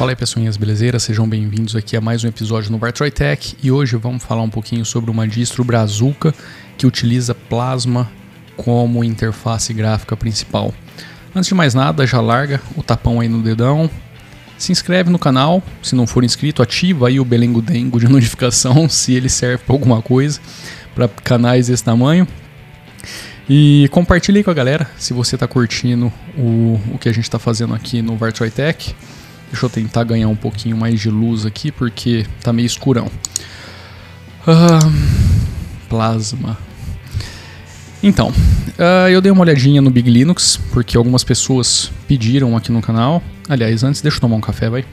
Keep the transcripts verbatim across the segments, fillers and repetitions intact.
Fala aí pessoinhas, beleza? Sejam bem-vindos aqui a mais um episódio no VartroyTech e hoje vamos falar um pouquinho sobre uma distro Brazuca que utiliza Plasma como interface gráfica principal. Antes de mais nada, já larga o tapão aí no dedão, se inscreve no canal, se não for inscrito, ativa aí o belengo-dengo de notificação se ele serve para alguma coisa, para canais desse tamanho. E compartilha aí com a galera se você está curtindo o, o que a gente está fazendo aqui no VartroyTech. Deixa eu tentar ganhar um pouquinho mais de luz aqui porque tá meio escurão. Ah, plasma. Então, uh, eu dei uma olhadinha no Big Linux porque algumas pessoas pediram aqui no canal. Aliás, antes deixa eu tomar um café, vai.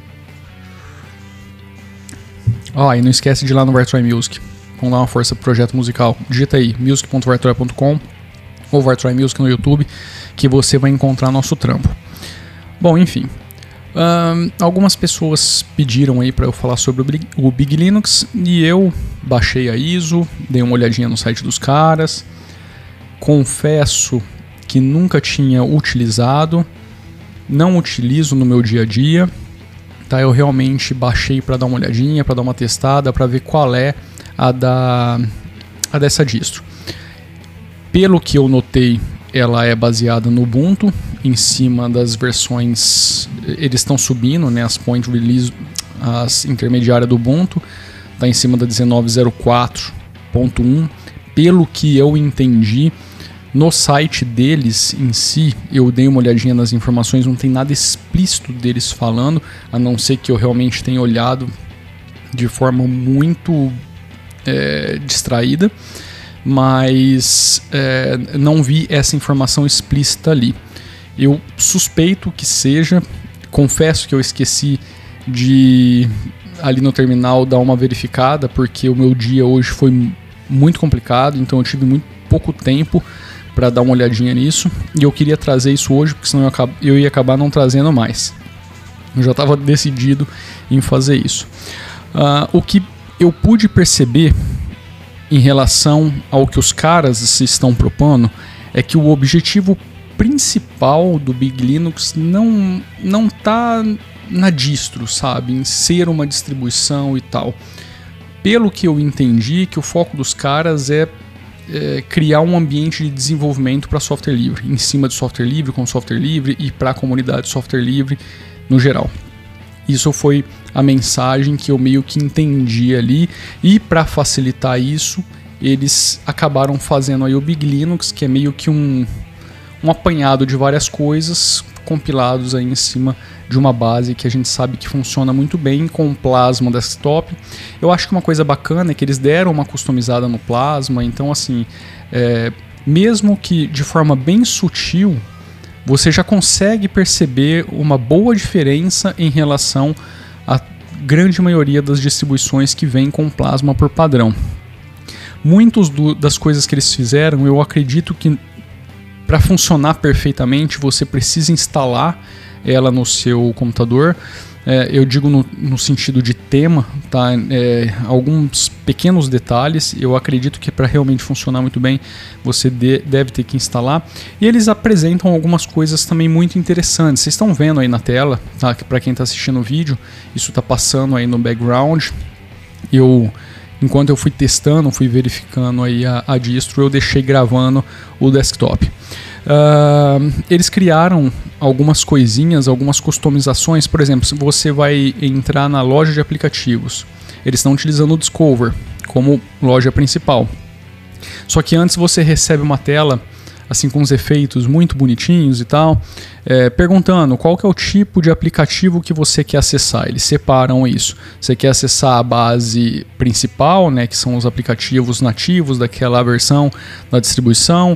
Ó, oh, e não esquece de ir lá no Vartroy Music. Vamos dar uma força pro projeto musical. Digita aí music ponto vartroy ponto com ou Vartroy Music no YouTube que você vai encontrar nosso trampo. Bom, enfim. Um, algumas pessoas pediram aí para eu falar sobre o Big, o Big Linux e eu baixei a I S O, dei uma olhadinha no site dos caras. Confesso que nunca tinha utilizado, não utilizo no meu dia a dia, tá? Eu realmente baixei para dar uma olhadinha, para dar uma testada, para ver qual é a, da, a dessa distro. Pelo que eu notei, ela é baseada no Ubuntu, em cima das versões, eles estão subindo, né, as point release, as intermediárias do Ubuntu, está em cima da dezenove zero quatro ponto um. Pelo que eu entendi, no site deles em si, eu dei uma olhadinha nas informações, não tem nada explícito deles falando, a não ser que eu realmente tenha olhado de forma muito é, distraída, mas é, não vi essa informação explícita ali. Eu suspeito que seja, confesso que eu esqueci de ali no terminal dar uma verificada, porque o meu dia hoje foi muito complicado, então eu tive muito pouco tempo para dar uma olhadinha nisso, e eu queria trazer isso hoje, porque senão eu, acab- eu ia acabar não trazendo mais. Eu já estava decidido em fazer isso. Uh, o que eu pude perceber em relação ao que os caras se estão propondo é que o objetivo principal do Big Linux não não tá na distro, sabe, em ser uma distribuição e tal. Pelo que eu entendi, que o foco dos caras é, é criar um ambiente de desenvolvimento para software livre, em cima de software livre, com software livre e para a comunidade de software livre no geral. Isso foi a mensagem que eu meio que entendi ali, e para facilitar isso, eles acabaram fazendo aí o Big Linux, que é meio que um um apanhado de várias coisas compilados aí em cima de uma base que a gente sabe que funciona muito bem com o Plasma Desktop. Eu acho que uma coisa bacana é que eles deram uma customizada no Plasma, então assim, é, mesmo que de forma bem sutil, você já consegue perceber uma boa diferença em relação à grande maioria das distribuições que vêm com Plasma por padrão. Muitas das coisas que eles fizeram, eu acredito que para funcionar perfeitamente, você precisa instalar ela no seu computador. É, eu digo no, no sentido de tema, tá? É, alguns pequenos detalhes. Eu acredito que para realmente funcionar muito bem, você de, deve ter que instalar. E eles apresentam algumas coisas também muito interessantes. Vocês estão vendo aí na tela, tá? Para quem está assistindo o vídeo, isso está passando aí no background. Eu... Enquanto eu fui testando, fui verificando aí a, a distro, eu deixei gravando o desktop. Uh, eles criaram algumas coisinhas, algumas customizações. Por exemplo, se você vai entrar na loja de aplicativos, eles estão utilizando o Discover como loja principal. Só que antes você recebe uma tela assim com os efeitos muito bonitinhos e tal, é, perguntando qual que é o tipo de aplicativo que você quer acessar. Eles separam isso. Você quer acessar a base principal, né, que são os aplicativos nativos daquela versão da distribuição,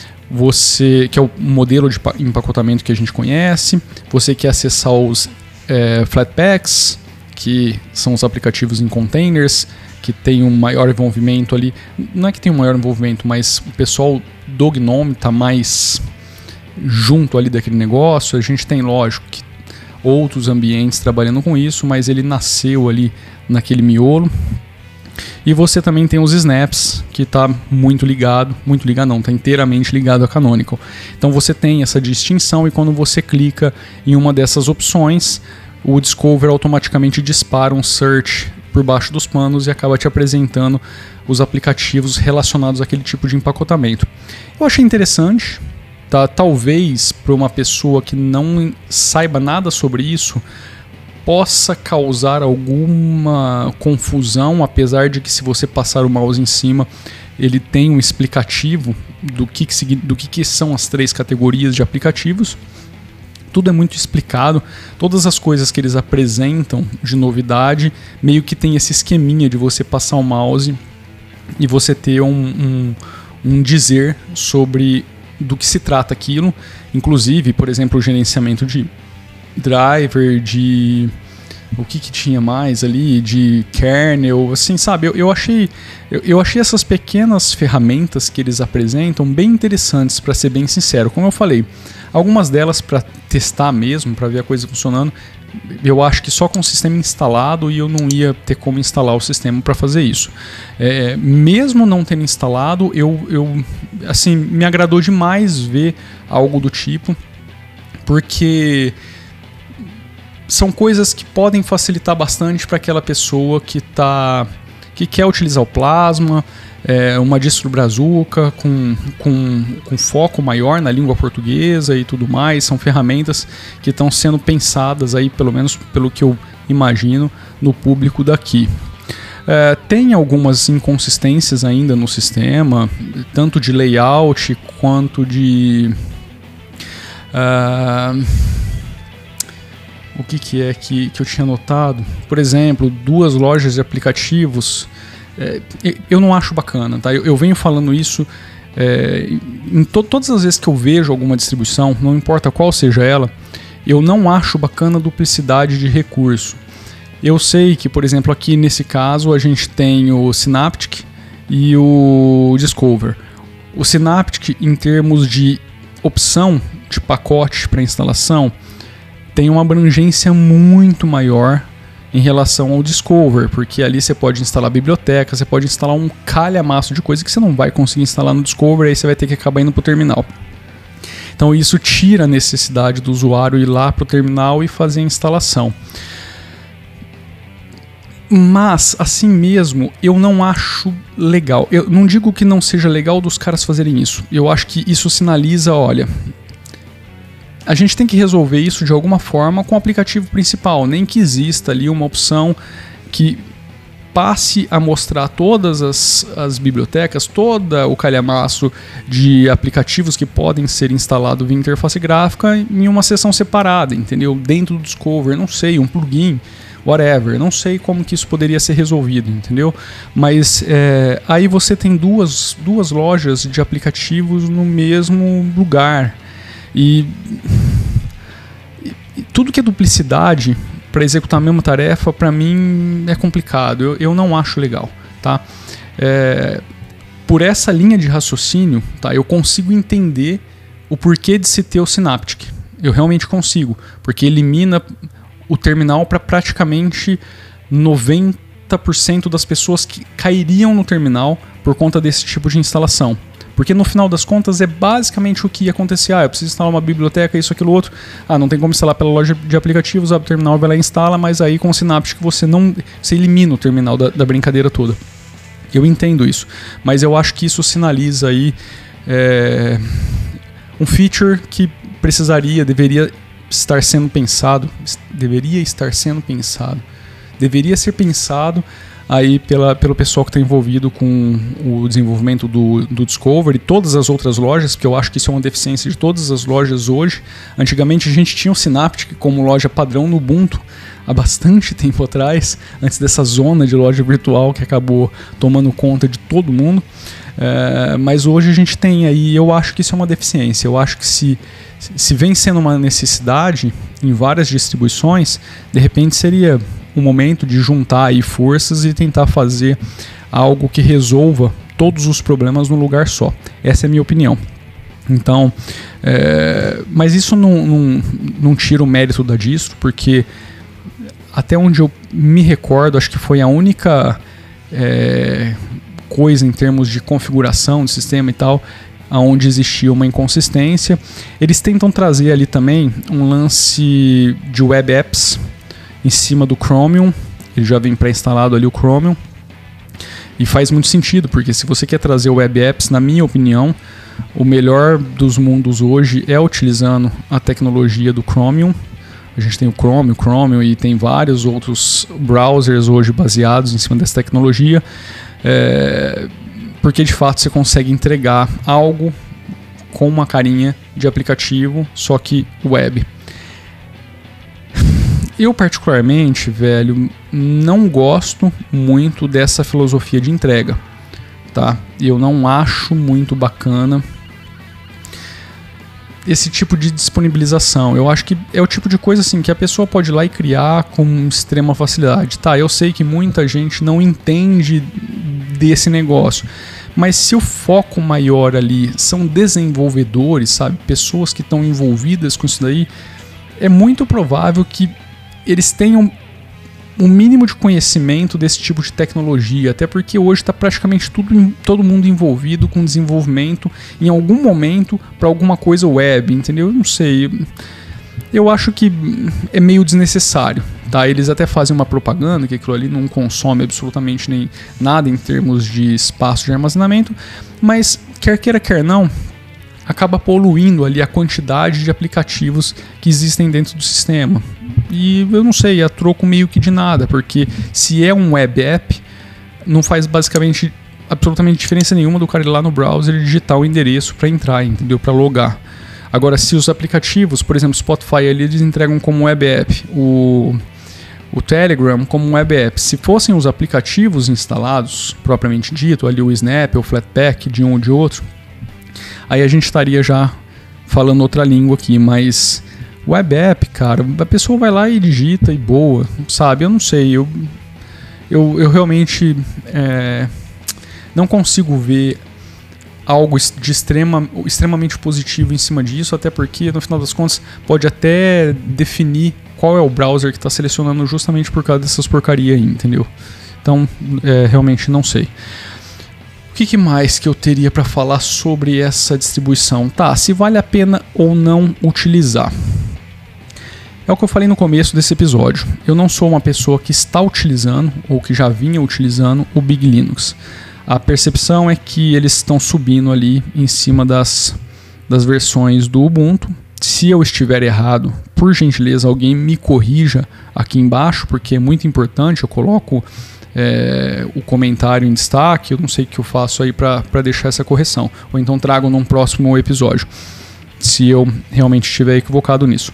você que é o modelo de empacotamento que a gente conhece, você quer acessar os é, Flatpaks, que são os aplicativos em containers, que tem um maior envolvimento ali. Não é que tem um maior envolvimento, mas o pessoal do Gnome está mais junto ali daquele negócio. A gente tem, lógico, que outros ambientes trabalhando com isso, mas ele nasceu ali naquele miolo. E você também tem os snaps, que está muito ligado, muito ligado não, está inteiramente ligado a Canonical. Então você tem essa distinção, e quando você clica em uma dessas opções, o Discover automaticamente dispara um search por baixo dos panos e acaba te apresentando os aplicativos relacionados àquele tipo de empacotamento. Eu achei interessante, tá? Talvez para uma pessoa que não saiba nada sobre isso possa causar alguma confusão, apesar de que se você passar o mouse em cima, ele tem um explicativo do que, que, do que, que são as três categorias de aplicativos. Tudo é muito explicado, todas as coisas que eles apresentam de novidade, meio que tem esse esqueminha de você passar o mouse e você ter um, um, um dizer sobre do que se trata aquilo. Inclusive, por exemplo, o gerenciamento de driver, de o que, que tinha mais ali, de kernel, assim, sabe? Eu, eu, achei, eu, eu achei essas pequenas ferramentas que eles apresentam bem interessantes, para ser bem sincero. Como eu falei, algumas delas para testar mesmo, para ver a coisa funcionando, eu acho que só com o sistema instalado, e eu não ia ter como instalar o sistema para fazer isso. É, mesmo não tendo instalado, eu, eu, assim, me agradou demais ver algo do tipo, porque são coisas que podem facilitar bastante para aquela pessoa que, tá, que quer utilizar o Plasma, é, uma distro brazuca com, com, com foco maior na língua portuguesa e tudo mais. São ferramentas que estão sendo pensadas aí, pelo menos pelo que eu imagino, no público daqui. É, tem algumas inconsistências ainda no sistema, tanto de layout quanto de... Uh, o que, que é que, que eu tinha notado? Por exemplo, duas lojas de aplicativos, é, eu não acho bacana, tá? Eu, eu venho falando isso é, em to todas as vezes que eu vejo alguma distribuição, não importa qual seja ela, eu não acho bacana a duplicidade de recurso. Eu sei que, por exemplo, aqui nesse caso a gente tem o Synaptic e o Discover. O Synaptic, em termos de opção de pacote para instalação, tem uma abrangência muito maior em relação ao Discover, porque ali você pode instalar biblioteca, você pode instalar um calhamaço de coisa que você não vai conseguir instalar no Discover, aí você vai ter que acabar indo para o terminal. Então isso tira a necessidade do usuário ir lá para o terminal e fazer a instalação. Mas, assim mesmo, eu não acho legal. Eu não digo que não seja legal dos caras fazerem isso. Eu acho que isso sinaliza, olha... A gente tem que resolver isso de alguma forma com o aplicativo principal, nem que exista ali uma opção que passe a mostrar todas as, as bibliotecas, todo o calhamaço de aplicativos que podem ser instalados via interface gráfica em uma seção separada, entendeu? Dentro do Discover, não sei, um plugin, whatever, não sei como que isso poderia ser resolvido, entendeu? Mas é, aí você tem duas, duas lojas de aplicativos no mesmo lugar. E, e tudo que é duplicidade para executar a mesma tarefa, para mim é complicado, eu, eu não acho legal, tá? É, por essa linha de raciocínio, tá, eu consigo entender o porquê de se ter o Synaptic, eu realmente consigo, porque elimina o terminal para praticamente noventa por cento das pessoas que cairiam no terminal por conta desse tipo de instalação. Porque no final das contas é basicamente o que ia acontecer. Ah, eu preciso instalar uma biblioteca, isso, aquilo, outro. Ah, não tem como instalar pela loja de aplicativos, abre o terminal, vai lá e instala, mas aí com o Synaptic você não, você elimina o terminal da, da brincadeira toda. Eu entendo isso, mas eu acho que isso sinaliza aí é, um feature que precisaria, deveria estar sendo pensado, deveria estar sendo pensado, deveria ser pensado aí pela, pelo pessoal que está envolvido com o desenvolvimento do, do Discover e todas as outras lojas, porque eu acho que isso é uma deficiência de todas as lojas hoje. Antigamente a gente tinha o Synaptic como loja padrão no Ubuntu há bastante tempo atrás, antes dessa zona de loja virtual que acabou tomando conta de todo mundo. É, mas hoje a gente tem aí, eu acho que isso é uma deficiência. Eu acho que se, se vem sendo uma necessidade em várias distribuições, de repente seria um momento de juntar aí forças e tentar fazer algo que resolva todos os problemas num lugar só. Essa é a minha opinião. Então, é, mas isso não, não, não tira o mérito da distro, porque até onde eu me recordo, acho que foi a única é, coisa em termos de configuração do sistema e tal, onde existia uma inconsistência. Eles tentam trazer ali também um lance de web apps, em cima do Chromium, ele já vem pré-instalado ali o Chromium, e faz muito sentido, porque se você quer trazer web apps, na minha opinião, o melhor dos mundos hoje é utilizando a tecnologia do Chromium. A gente tem o Chrome, o Chromium e tem vários outros browsers hoje baseados em cima dessa tecnologia, é, porque de fato você consegue entregar algo com uma carinha de aplicativo, só que web. Eu particularmente, velho, não gosto muito dessa filosofia de entrega, tá? Eu não acho muito bacana esse tipo de disponibilização. Eu acho que é o tipo de coisa assim que a pessoa pode ir lá e criar com extrema facilidade. Tá, eu sei que muita gente não entende desse negócio, mas se o foco maior ali são desenvolvedores, sabe, pessoas que estão envolvidas com isso daí, é muito provável que eles tenham um mínimo de conhecimento desse tipo de tecnologia, até porque hoje está praticamente tudo, todo mundo envolvido com desenvolvimento em algum momento para alguma coisa web, entendeu? Eu não sei, eu acho que é meio desnecessário, tá? Eles até fazem uma propaganda que aquilo ali não consome absolutamente nem nada em termos de espaço de armazenamento, mas quer queira quer não, acaba poluindo ali a quantidade de aplicativos que existem dentro do sistema. E eu não sei, é troco meio que de nada, porque se é um web app, não faz basicamente absolutamente diferença nenhuma do cara ir lá no browser e digitar o endereço para entrar, entendeu? Para logar. Agora, se os aplicativos, por exemplo, Spotify ali, eles entregam como web app, o, o Telegram como web app. Se fossem os aplicativos instalados, propriamente dito, ali o Snap, o Flatpak, de um ou de outro, aí a gente estaria já falando outra língua aqui, mas web app, cara, a pessoa vai lá e digita e boa, sabe? Eu não sei, eu, eu, eu realmente é, não consigo ver algo de extrema, extremamente positivo em cima disso, até porque, no final das contas, pode até definir qual é o browser que está selecionando justamente por causa dessas porcarias aí, entendeu? Então, é, realmente não sei. O que, que mais que eu teria para falar sobre essa distribuição? Tá, se vale a pena ou não utilizar. É o que eu falei no começo desse episódio. Eu não sou uma pessoa que está utilizando ou que já vinha utilizando o Big Linux. A percepção é que eles estão subindo ali em cima das, das versões do Ubuntu. Se eu estiver errado, por gentileza, alguém me corrija aqui embaixo, porque é muito importante. Eu coloco é, o comentário em destaque. Eu não sei o que eu faço aí para deixar essa correção. Ou então trago num próximo episódio, se eu realmente estiver equivocado nisso.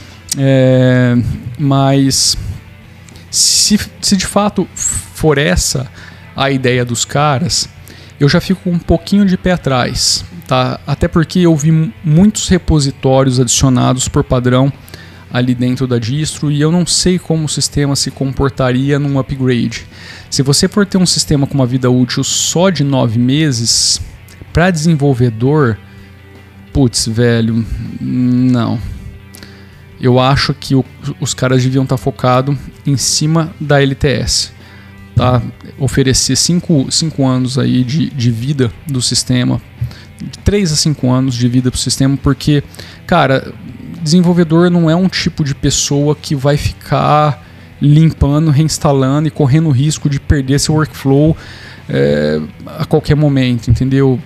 É, mas se, se de fato for essa a ideia dos caras, eu já fico um pouquinho de pé atrás, tá? Até porque eu vi muitos repositórios adicionados por padrão ali dentro da distro e eu não sei como o sistema se comportaria num upgrade. Se você for ter um sistema com uma vida útil só de nove meses, para desenvolvedor, putz, velho, não. Eu acho que o, os caras deviam estar focados em cima da L T S, tá? Oferecer cinco anos aí de, de vida do sistema, de três a cinco anos de vida para o sistema, porque, cara, desenvolvedor não é um tipo de pessoa que vai ficar limpando, reinstalando e correndo o risco de perder seu workflow é, a qualquer momento, entendeu?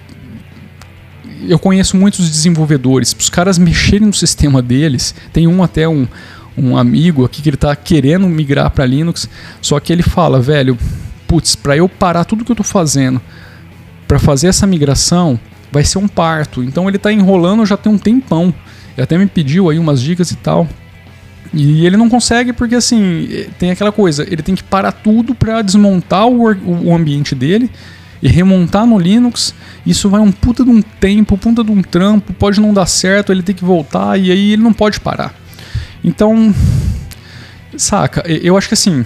Eu conheço muitos desenvolvedores, os caras mexerem no sistema deles, tem um até um, um amigo aqui que ele tá querendo migrar para Linux, só que ele fala, velho, putz, para eu parar tudo que eu tô fazendo para fazer essa migração, vai ser um parto, então ele tá enrolando já tem um tempão, ele até me pediu aí umas dicas e tal, e ele não consegue porque assim, tem aquela coisa, ele tem que parar tudo para desmontar o, o ambiente dele, e remontar no Linux, isso vai um puta de um tempo, puta de um trampo, pode não dar certo, ele tem que voltar e aí ele não pode parar. Então, saca, eu acho que assim,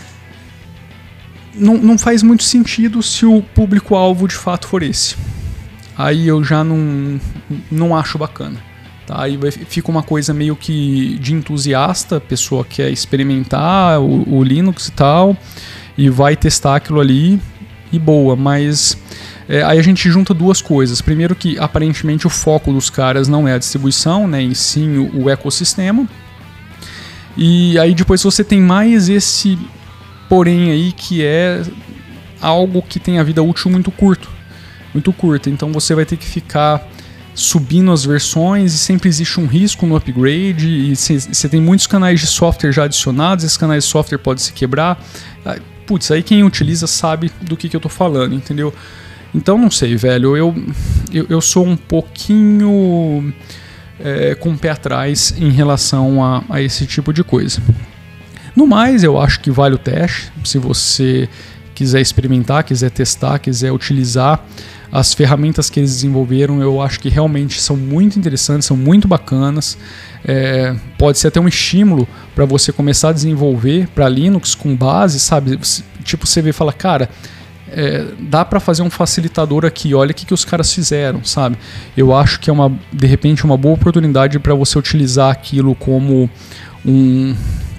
não, não faz muito sentido se o público-alvo de fato for esse. Aí eu já não, não acho bacana. Tá? Aí vai, fica uma coisa meio que de entusiasta, a pessoa quer experimentar o, o Linux e tal, e vai testar aquilo ali, e boa, mas é, aí a gente junta duas coisas. Primeiro que aparentemente o foco dos caras não é a distribuição, né, e sim o, o ecossistema. E aí depois você tem mais esse porém aí, que é algo que tem a vida útil muito curto, muito curta. Então você vai ter que ficar subindo as versões e sempre existe um risco no upgrade, e você tem muitos canais de software já adicionados, esses canais de software podem se quebrar. Putz, aí quem utiliza sabe do que, que eu tô falando, entendeu? Então não sei, velho, eu, eu, eu sou um pouquinho é, com o pé atrás em relação a, a esse tipo de coisa. No mais, eu acho que vale o teste, se você quiser experimentar, quiser testar, quiser utilizar as ferramentas que eles desenvolveram, eu acho que realmente são muito interessantes, são muito bacanas. É, pode ser até um estímulo para você começar a desenvolver para Linux com base, sabe? Tipo, você vê e fala, cara, é, dá para fazer um facilitador aqui, olha o que, que os caras fizeram, sabe? Eu acho que é uma, de repente, uma boa oportunidade para você utilizar aquilo como um,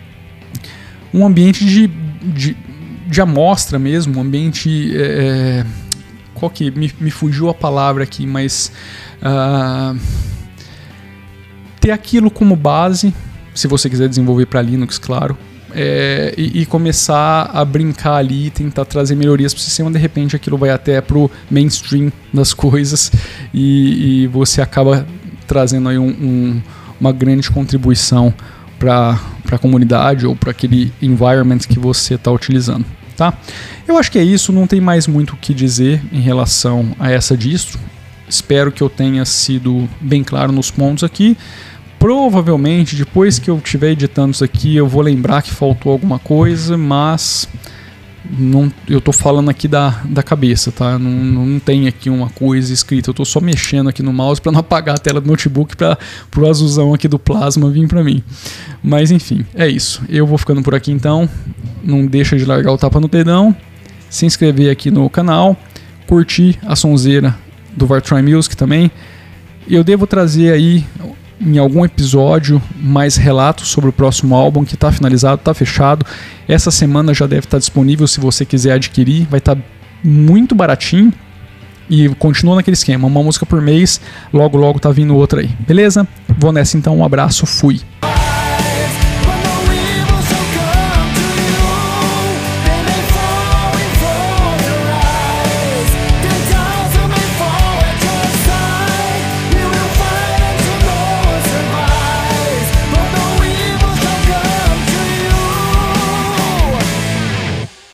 um ambiente de, de, de amostra mesmo, um ambiente... É, qual que me, me fugiu a palavra aqui, mas uh, ter aquilo como base, se você quiser desenvolver para Linux, claro, é, e, e começar a brincar ali e tentar trazer melhorias para o sistema. De repente aquilo vai até para o mainstream das coisas e, e você acaba trazendo aí um, um, uma grande contribuição para a comunidade ou para aquele environment que você está utilizando. Tá? Eu acho que é isso, não tem mais muito o que dizer em relação a essa distro. Espero que eu tenha sido bem claro nos pontos aqui. Provavelmente, depois que eu estiver editando isso aqui, eu vou lembrar que faltou alguma coisa, mas não, eu tô falando aqui da, da cabeça, tá? Não, não tem aqui uma coisa escrita, eu tô só mexendo aqui no mouse para não apagar a tela do notebook para pro azulzão aqui do Plasma vir para mim. Mas enfim, é isso. Eu vou ficando por aqui então. Não deixa de largar o tapa no dedão, se inscrever aqui no canal, curtir a sonzeira do Vartroy Music também. Eu devo trazer aí em algum episódio mais relatos sobre o próximo álbum que está finalizado, está fechado. Essa semana já deve estar disponível se você quiser adquirir, vai estar muito baratinho e continua naquele esquema, uma música por mês, logo logo tá vindo outra aí, beleza? Vou nessa então, um abraço, fui!